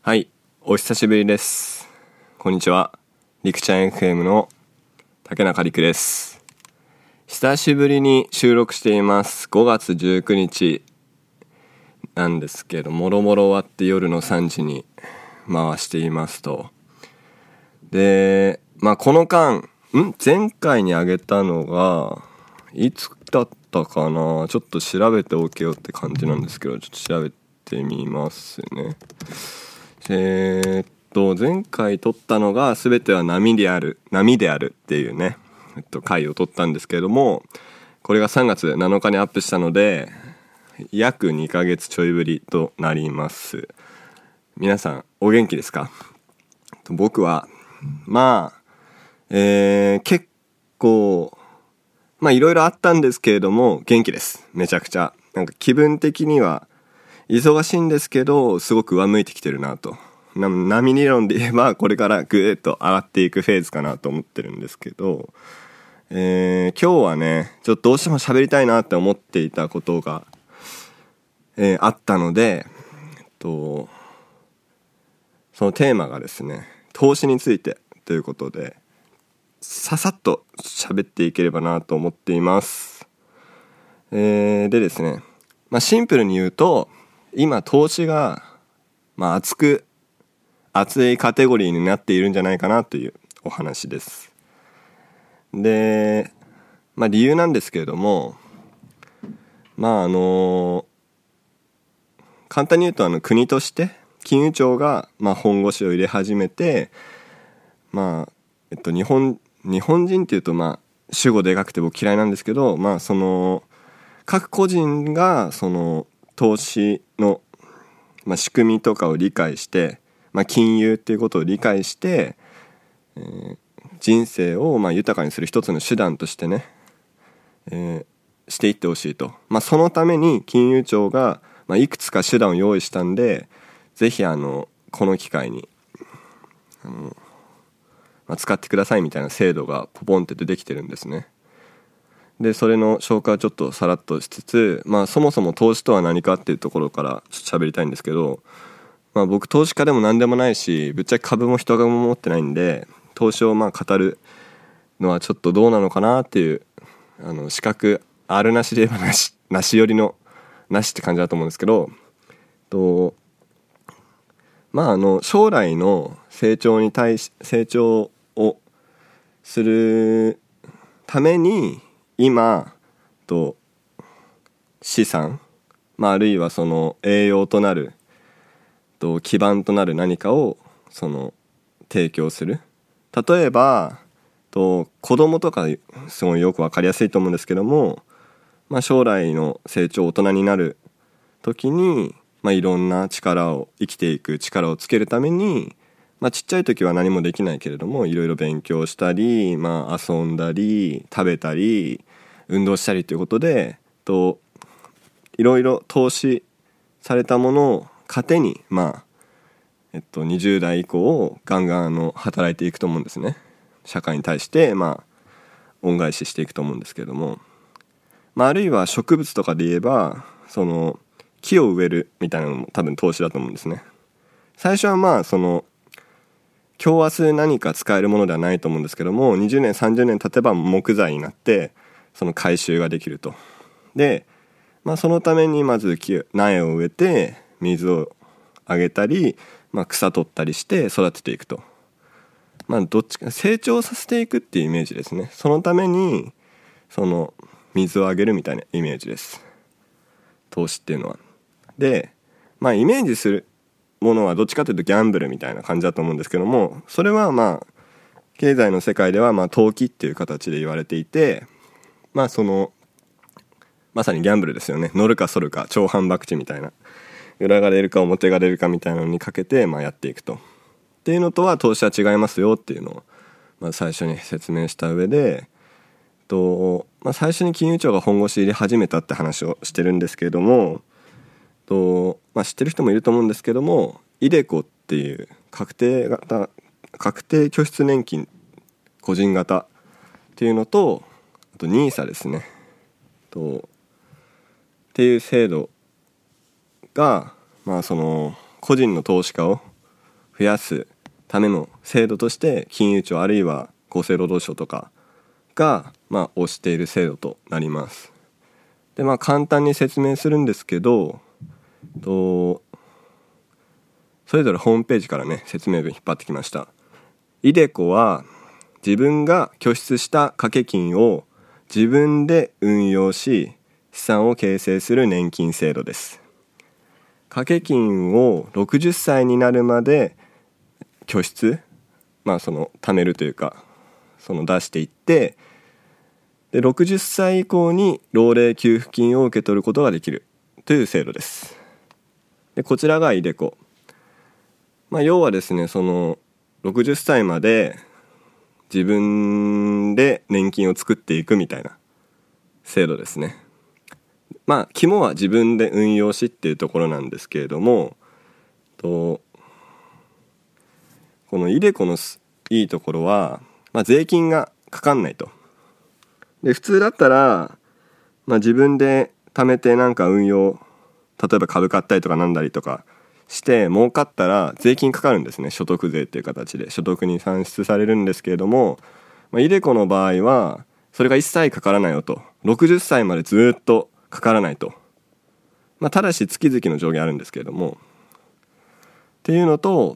はい、お久しぶりです。こんにちは。りくちゃん FM の竹中りくです。久しぶりに収録しています。5月19日なんですけど、もろもろ終わって夜の3時に回していますと。で、この間、前回にあげたのがいつだったかな、ちょっと調べておけよって感じなんですけど、ちょっと調べてみますね。前回撮ったのが全ては波であるっていうね、回を撮ったんですけれども、これが3月7日にアップしたので約2ヶ月ちょいぶりとなります。皆さんお元気ですか？僕は結構いろいろあったんですけれども元気です。めちゃくちゃなんか気分的には忙しいんですけど、すごく上向いてきてるなと。波理論で言えばこれからぐーっと上がっていくフェーズかなと思ってるんですけど、今日はねちょっとどうしても喋りたいなって思っていたことが、あったので、そのテーマがですね、投資についてということで、ささっと喋っていければなと思っています。でですね、シンプルに言うと、今投資が熱いカテゴリーになっているんじゃないかなというお話です。で、理由なんですけれども、簡単に言うと国として金融庁が本腰を入れ始めて、日本人っていうと主語でかくて僕嫌いなんですけど、その各個人がその投資の、仕組みとかを理解して、金融っていうことを理解して、人生を豊かにする一つの手段としてね、していってほしいと。そのために金融庁が、いくつか手段を用意したんで、ぜひこの機会に使ってくださいみたいな制度がポポンって出てきてるんですね。でそれの紹介をちょっとさらっとしつつ、そもそも投資とは何かっていうところからちょっと喋りたいんですけど、僕投資家でも何でもないし、ぶっちゃけ株も人株も持ってないんで、投資を語るのはちょっとどうなのかなっていう、資格あるなしで言えばなしよりのなしって感じだと思うんですけど、将来の成長をするために今資産、あるいはその栄養となる基盤となる何かを提供する。例えば子供とかすごいよく分かりやすいと思うんですけども、将来の成長、大人になる時に、いろんな生きていく力をつけるために、ちっちゃい時は何もできないけれども、いろいろ勉強したり、遊んだり食べたり運動したりということでいろいろ投資されたものを糧に20代以降ガンガン働いていくと思うんですね。社会に対して恩返ししていくと思うんですけれども、あるいは植物とかで言えばその木を植えるみたいなのも多分投資だと思うんですね。最初は今日明日何か使えるものではないと思うんですけども、20年30年経てば木材になってその回収ができると。で、そのためにまず苗を植えて水をあげたり、草取ったりして育てていくと。どっちか成長させていくっていうイメージですね。そのためにその水をあげるみたいなイメージです、投資っていうのは。で、イメージするものはどっちかというとギャンブルみたいな感じだと思うんですけども、それは経済の世界では投機っていう形で言われていて、そのまさにギャンブルですよね。乗るか反るか、長反博打みたいな、裏が出るか表が出るかみたいなのにかけてやっていくと。っていうのとは投資は違いますよっていうのを最初に説明した上で、最初に金融庁が本腰入れ始めたって話をしてるんですけれども、知ってる人もいると思うんですけども、イデコっていう確定拠出年金個人型っていうのと、あと NISA ですねっていう制度が、その個人の投資家を増やすための制度として金融庁あるいは厚生労働省とかが推している制度となります。で簡単に説明するんですけど、それぞれホームページからね説明文引っ張ってきました。iDeCoは自分が拠出した掛け金を自分で運用し資産を形成する年金制度です。掛け金を60歳になるまで拠出、貯めるというか出していって、で60歳以降に老齢給付金を受け取ることができるという制度です。でこちらがiDeCo。要はですね、60歳まで自分で年金を作っていくみたいな制度ですね。肝は自分で運用しっていうところなんですけれども、このiDeCoのいいところは、税金がかかんないと。で普通だったら、自分で貯めて運用、例えば株買ったりとかなんだりとかして儲かったら税金かかるんですね。所得税っていう形で所得に算出されるんですけれども、iDeCoの場合はそれが一切かからないよと。60歳までずっとかからないと。ただし月々の上限あるんですけれどもっていうのと、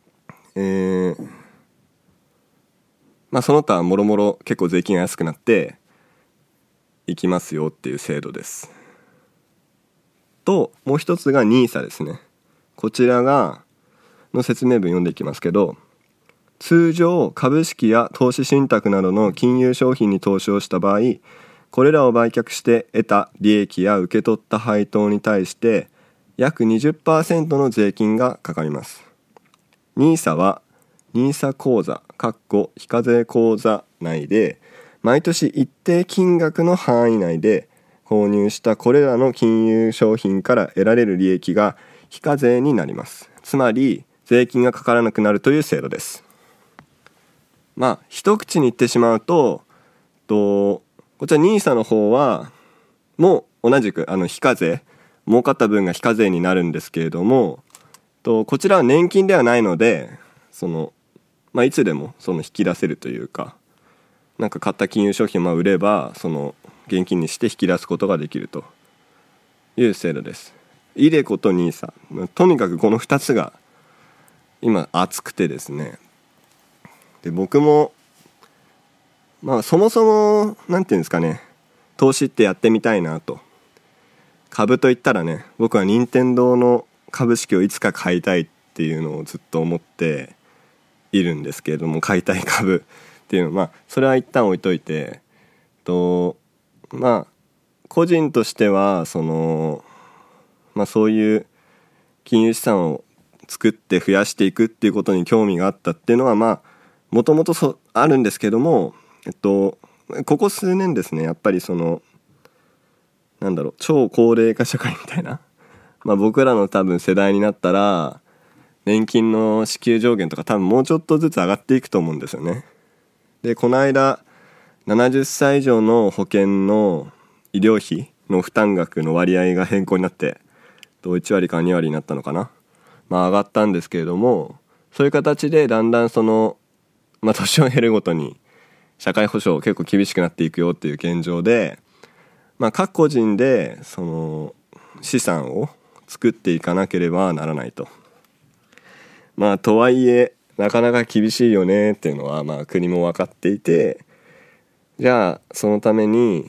その他もろもろ結構税金が安くなっていきますよっていう制度です。ともう一つが NISA ですね。こちらの説明文読んでいきますけど、通常株式や投資信託などの金融商品に投資をした場合、これらを売却して得た利益や受け取った配当に対して約 20% の税金がかかります。NISA は NISA 口座非課税口座内で毎年一定金額の範囲内で購入したこれらの金融商品から得られる利益が非課税になります。つまり税金がかからなくなるという制度です。一口に言ってしまうと、こちら NISA の方はもう同じく非課税、儲かった分が非課税になるんですけれども、こちらは年金ではないのでいつでも引き出せるというか、買った金融商品を売れば現金にして引き出すことができるという制度です。iDeCoと NISA、 とにかくこの2つが今熱くてですね。で僕もそもそもなんていうんですかね、投資ってやってみたいなと。株といったらね、僕は任天堂の株式をいつか買いたいっていうのをずっと思っているんですけれども、買いたい株っていうのそれは一旦置いといて、個人としてはそういう金融資産を作って増やしていくっていうことに興味があったっていうのはもともとあるんですけども、ここ数年ですね、やっぱり超高齢化社会みたいな、僕らの多分世代になったら年金の支給上限とか多分もうちょっとずつ上がっていくと思うんですよね。でこの間70歳以上の保険の医療費の負担額の割合が変更になって1割か2割になったのかな、上がったんですけれども、そういう形でだんだん年を経るごとに社会保障結構厳しくなっていくよっていう現状で、各個人で資産を作っていかなければならないと。とはいえなかなか厳しいよねっていうのは国も分かっていて、じゃあそのために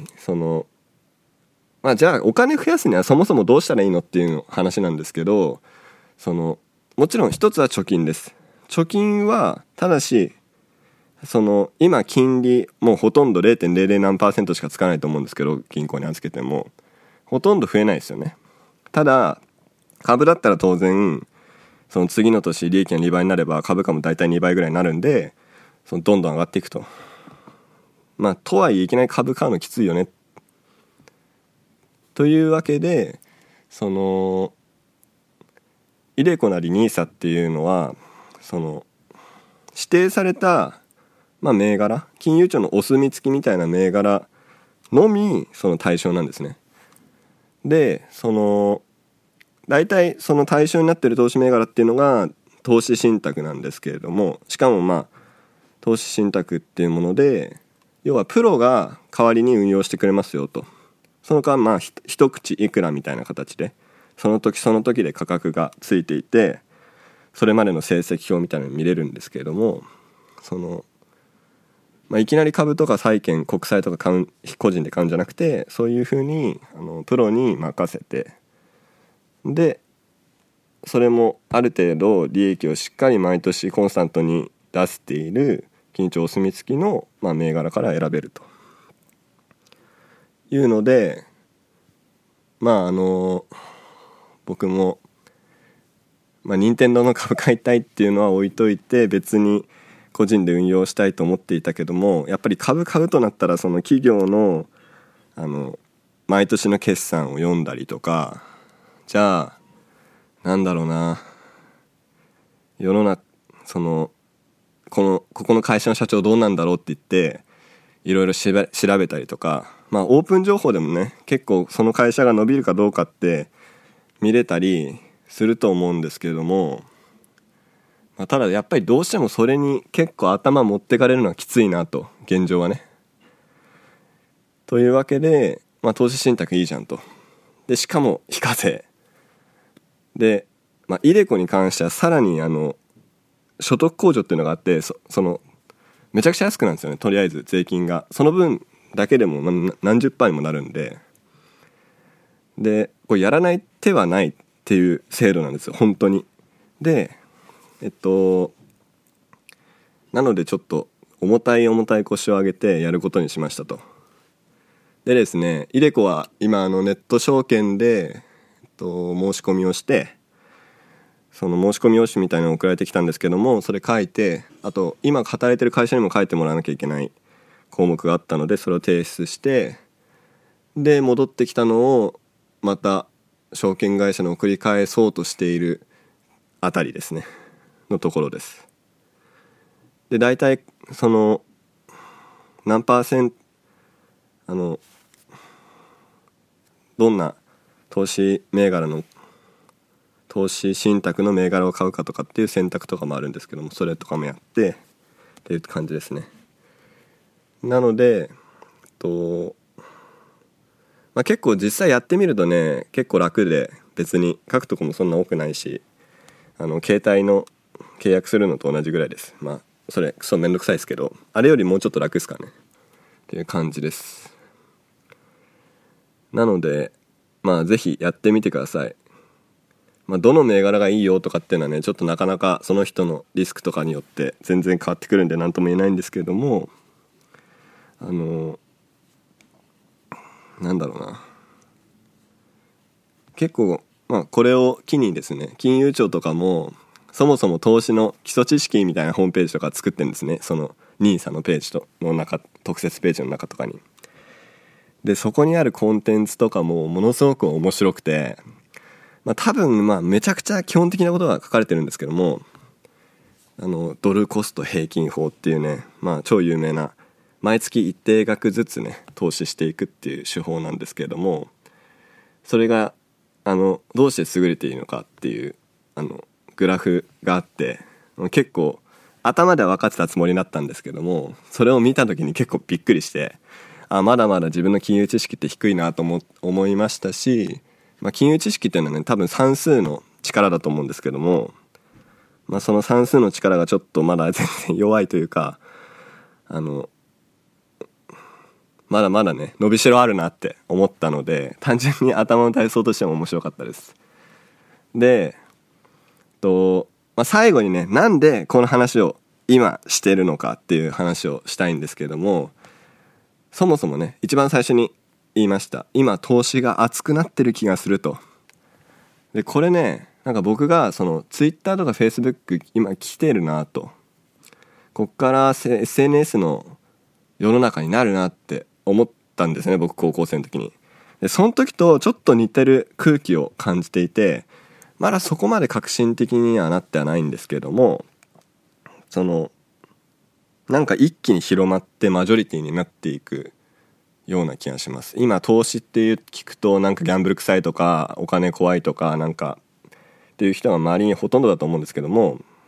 じゃあお金増やすにはそもそもどうしたらいいのっていう話なんですけど、もちろん一つは貯金です。貯金はただし今金利もうほとんど 0.00 何%しかつかないと思うんですけど、銀行に預けてもほとんど増えないですよね。ただ株だったら当然次の年利益が2倍になれば株価も大体2倍ぐらいになるんで、どんどん上がっていくと。とはいえいきなり株買うのきついよねというわけで、iDeCoなり NISA っていうのは指定された銘柄、金融庁のお墨付きみたいな銘柄のみ対象なんですね。で大体対象になっている投資銘柄っていうのが投資信託なんですけれども、しかも投資信託っていうもので、要はプロが代わりに運用してくれますよと。その間一口いくらみたいな形でその時その時で価格がついていて、それまでの成績表みたいなの見れるんですけれども、いきなり株とか債券国債とか買う、個人で買うんじゃなくて、そういうふうにプロに任せて、でそれもある程度利益をしっかり毎年コンスタントに出している緊張お墨付きの、銘柄から選べるというので、僕も任天堂の株買いたいっていうのは置いといて、別に個人で運用したいと思っていたけども、やっぱり株買うとなったらその企業の毎年の決算を読んだりとか、じゃあなんだろうな、世の中ここの会社の社長どうなんだろうって言っていろいろ調べたりとか、オープン情報でもね、結構その会社が伸びるかどうかって見れたりすると思うんですけれども、ただやっぱりどうしてもそれに結構頭持ってかれるのはきついなと、現状はね。というわけで、投資信託いいじゃんと。でしかも非課税で、イデコに関してはさらに所得控除っていうのがあって、めちゃくちゃ安くなんですよね。とりあえず税金がその分だけでも何十パーにもなるんで、これやらない手はないっていう制度なんですよ、本当に。でなのでちょっと重たい腰を上げてやることにしましたと。でですね、イデコは今ネット証券で、申し込みをして、その申し込み用紙みたいなの送られてきたんですけども、それ書いて、あと今働いてる会社にも書いてもらわなきゃいけない項目があったので、それを提出して、で戻ってきたのをまた証券会社に送り返そうとしているあたりですねのところです。で大体何パーセントどんな投資信託の銘柄を買うかとかっていう選択とかもあるんですけども、それとかもやってっていう感じですね。なので結構実際やってみるとね、結構楽で、別に書くとこもそんな多くないし、携帯の契約するのと同じぐらいです。それクソめんどくさいですけど、あれよりもうちょっと楽ですかねっていう感じです。なのでぜひやってみてください。どの銘柄がいいよとかっていうのはね、ちょっとなかなかその人のリスクとかによって全然変わってくるんで何とも言えないんですけれども、なんだろうな、結構これを機にですね、金融庁とかもそもそも投資の基礎知識みたいなホームページとか作ってるんですね。その NISA のページの中、特設ページの中とかに。でそこにあるコンテンツとかもものすごく面白くて、多分めちゃくちゃ基本的なことが書かれてるんですけども、ドルコスト平均法っていうね、超有名な毎月一定額ずつね投資していくっていう手法なんですけれども、それがどうして優れているのかっていうグラフがあって、結構頭では分かってたつもりだったんですけども、それを見た時に結構びっくりして、まだまだ自分の金融知識って低いなと思いましたし、金融知識っていうのはね、多分算数の力だと思うんですけども、その算数の力がちょっとまだ全然弱いというか、まだまだね伸びしろあるなって思ったので、単純に頭の体操としても面白かったです。で最後にね、なんでこの話を今してるのかっていう話をしたいんですけれども、そもそもね、一番最初に言いました、今投資が熱くなってる気がすると。でこれね、僕がTwitter とか Facebook 今来てるなと、こっから SNS の世の中になるなって思ったんですね、僕高校生の時に。でその時とちょっと似てる空気を感じていて、まだそこまで革新的にはなってはないんですけども、一気に広まってマジョリティになっていくような気がします。今投資って聞くとギャンブル臭いとかお金怖いとかっていう人が周りにほとんどだと思うんですけども、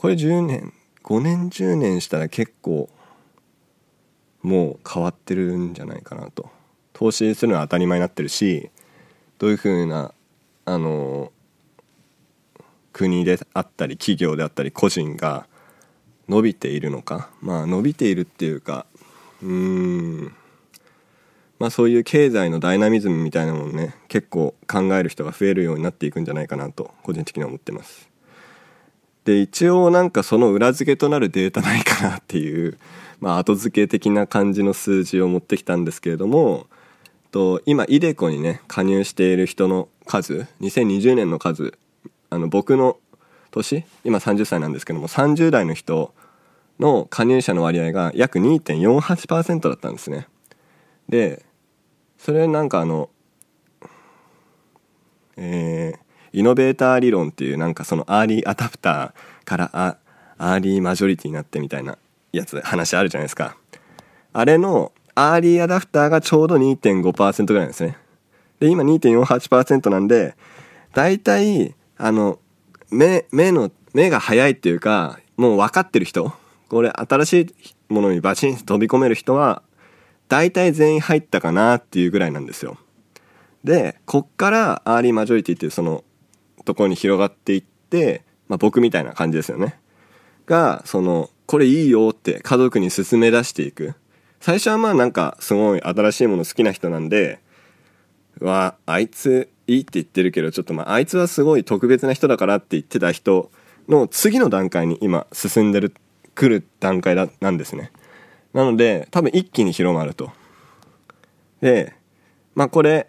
これ10年5年10年したら結構もう変わってるんじゃないかなと。投資するのは当たり前になってるし、どういうふうな国であったり企業であったり個人が伸びているのか、伸びているっていうかそういう経済のダイナミズムみたいなものね、結構考える人が増えるようになっていくんじゃないかなと個人的には思ってます。で一応なんかその裏付けとなるデータないかなっていう、後付け的な感じの数字を持ってきたんですけれども、今イデコにね加入している人の数、2020年の数、僕の年今30歳なんですけども、30代の人の加入者の割合が約 2.48% だったんですね。でそれなんかイノベーター理論っていうなんかそのアーリーアダプターからアーリーマジョリティになってみたいな話あるじゃないですか。あれのアーリーアダプターがちょうど 2.5% ぐらいなんですね。で今 2.48% なんで、だいたい目が早いっていうか、もう分かってる人、これ新しいものにバチンと飛び込める人はだいたい全員入ったかなっていうぐらいなんですよ。でこっからアーリーマジョリティっていうそのところに広がっていって、僕みたいな感じですよねが、これいいよって家族に勧め出していく。最初はなんかすごい新しいもの好きな人なんで、あいついいって言ってるけどちょっとあいつはすごい特別な人だからって言ってた人の次の段階に今進んでくる段階なんですね。なので多分一気に広まると。でこれ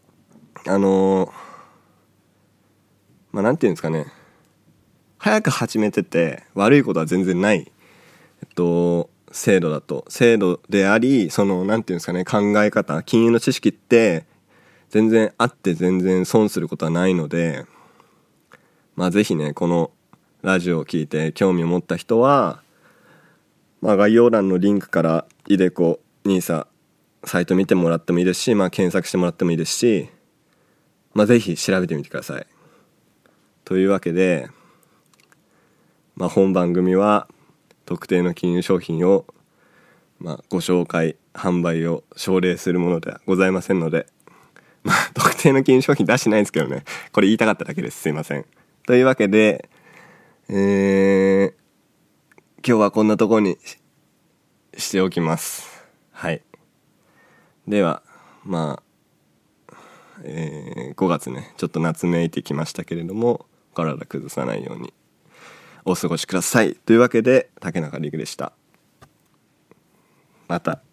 なんていうんですかね、早く始めてて悪いことは全然ない制度であり、なんていうんですかね、考え方、金融の知識って全然あって全然損することはないので、ぜひねこのラジオを聞いて興味を持った人は、概要欄のリンクからイデコ NISA サイト見てもらってもいいですし、検索してもらってもいいですし、ぜひ調べてみてください。というわけで、本番組は特定の金融商品を、ご紹介販売を奨励するものではございませんので、特定の金融商品出してないんですけどね、これ言いたかっただけです。すいません。というわけで、今日はこんなところにしておきます。はい。では5月ねちょっと夏めいてきましたけれども、体崩さないようにお過ごしください。というわけで竹中陸でした。また。